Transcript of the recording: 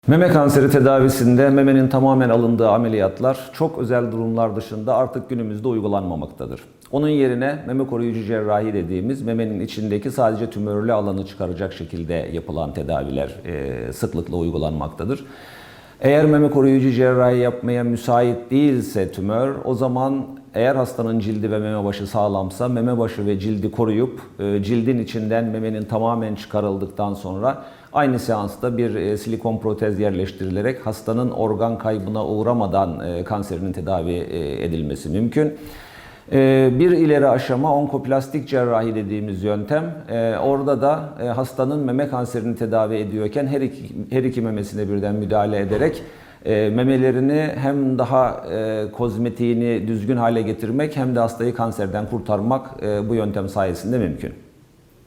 Meme kanseri tedavisinde memenin tamamen alındığı ameliyatlar çok özel durumlar dışında artık günümüzde uygulanmamaktadır. Onun yerine meme koruyucu cerrahi dediğimiz memenin içindeki sadece tümörlü alanı çıkaracak şekilde yapılan tedaviler sıklıkla uygulanmaktadır. Eğer meme koruyucu cerrahi yapmaya müsait değilse tümör, o zaman eğer hastanın cildi ve meme başı sağlamsa meme başı ve cildi koruyup cildin içinden memenin tamamen çıkarıldıktan sonra aynı seansta bir silikon protez yerleştirilerek hastanın organ kaybına uğramadan kanserinin tedavi edilmesi mümkün. Bir ileri aşama onkoplastik cerrahi dediğimiz yöntem. Orada da hastanın meme kanserini tedavi ediyorken her iki memesine birden müdahale ederek memelerini hem daha kozmetiğini düzgün hale getirmek hem de hastayı kanserden kurtarmak bu yöntem sayesinde mümkün.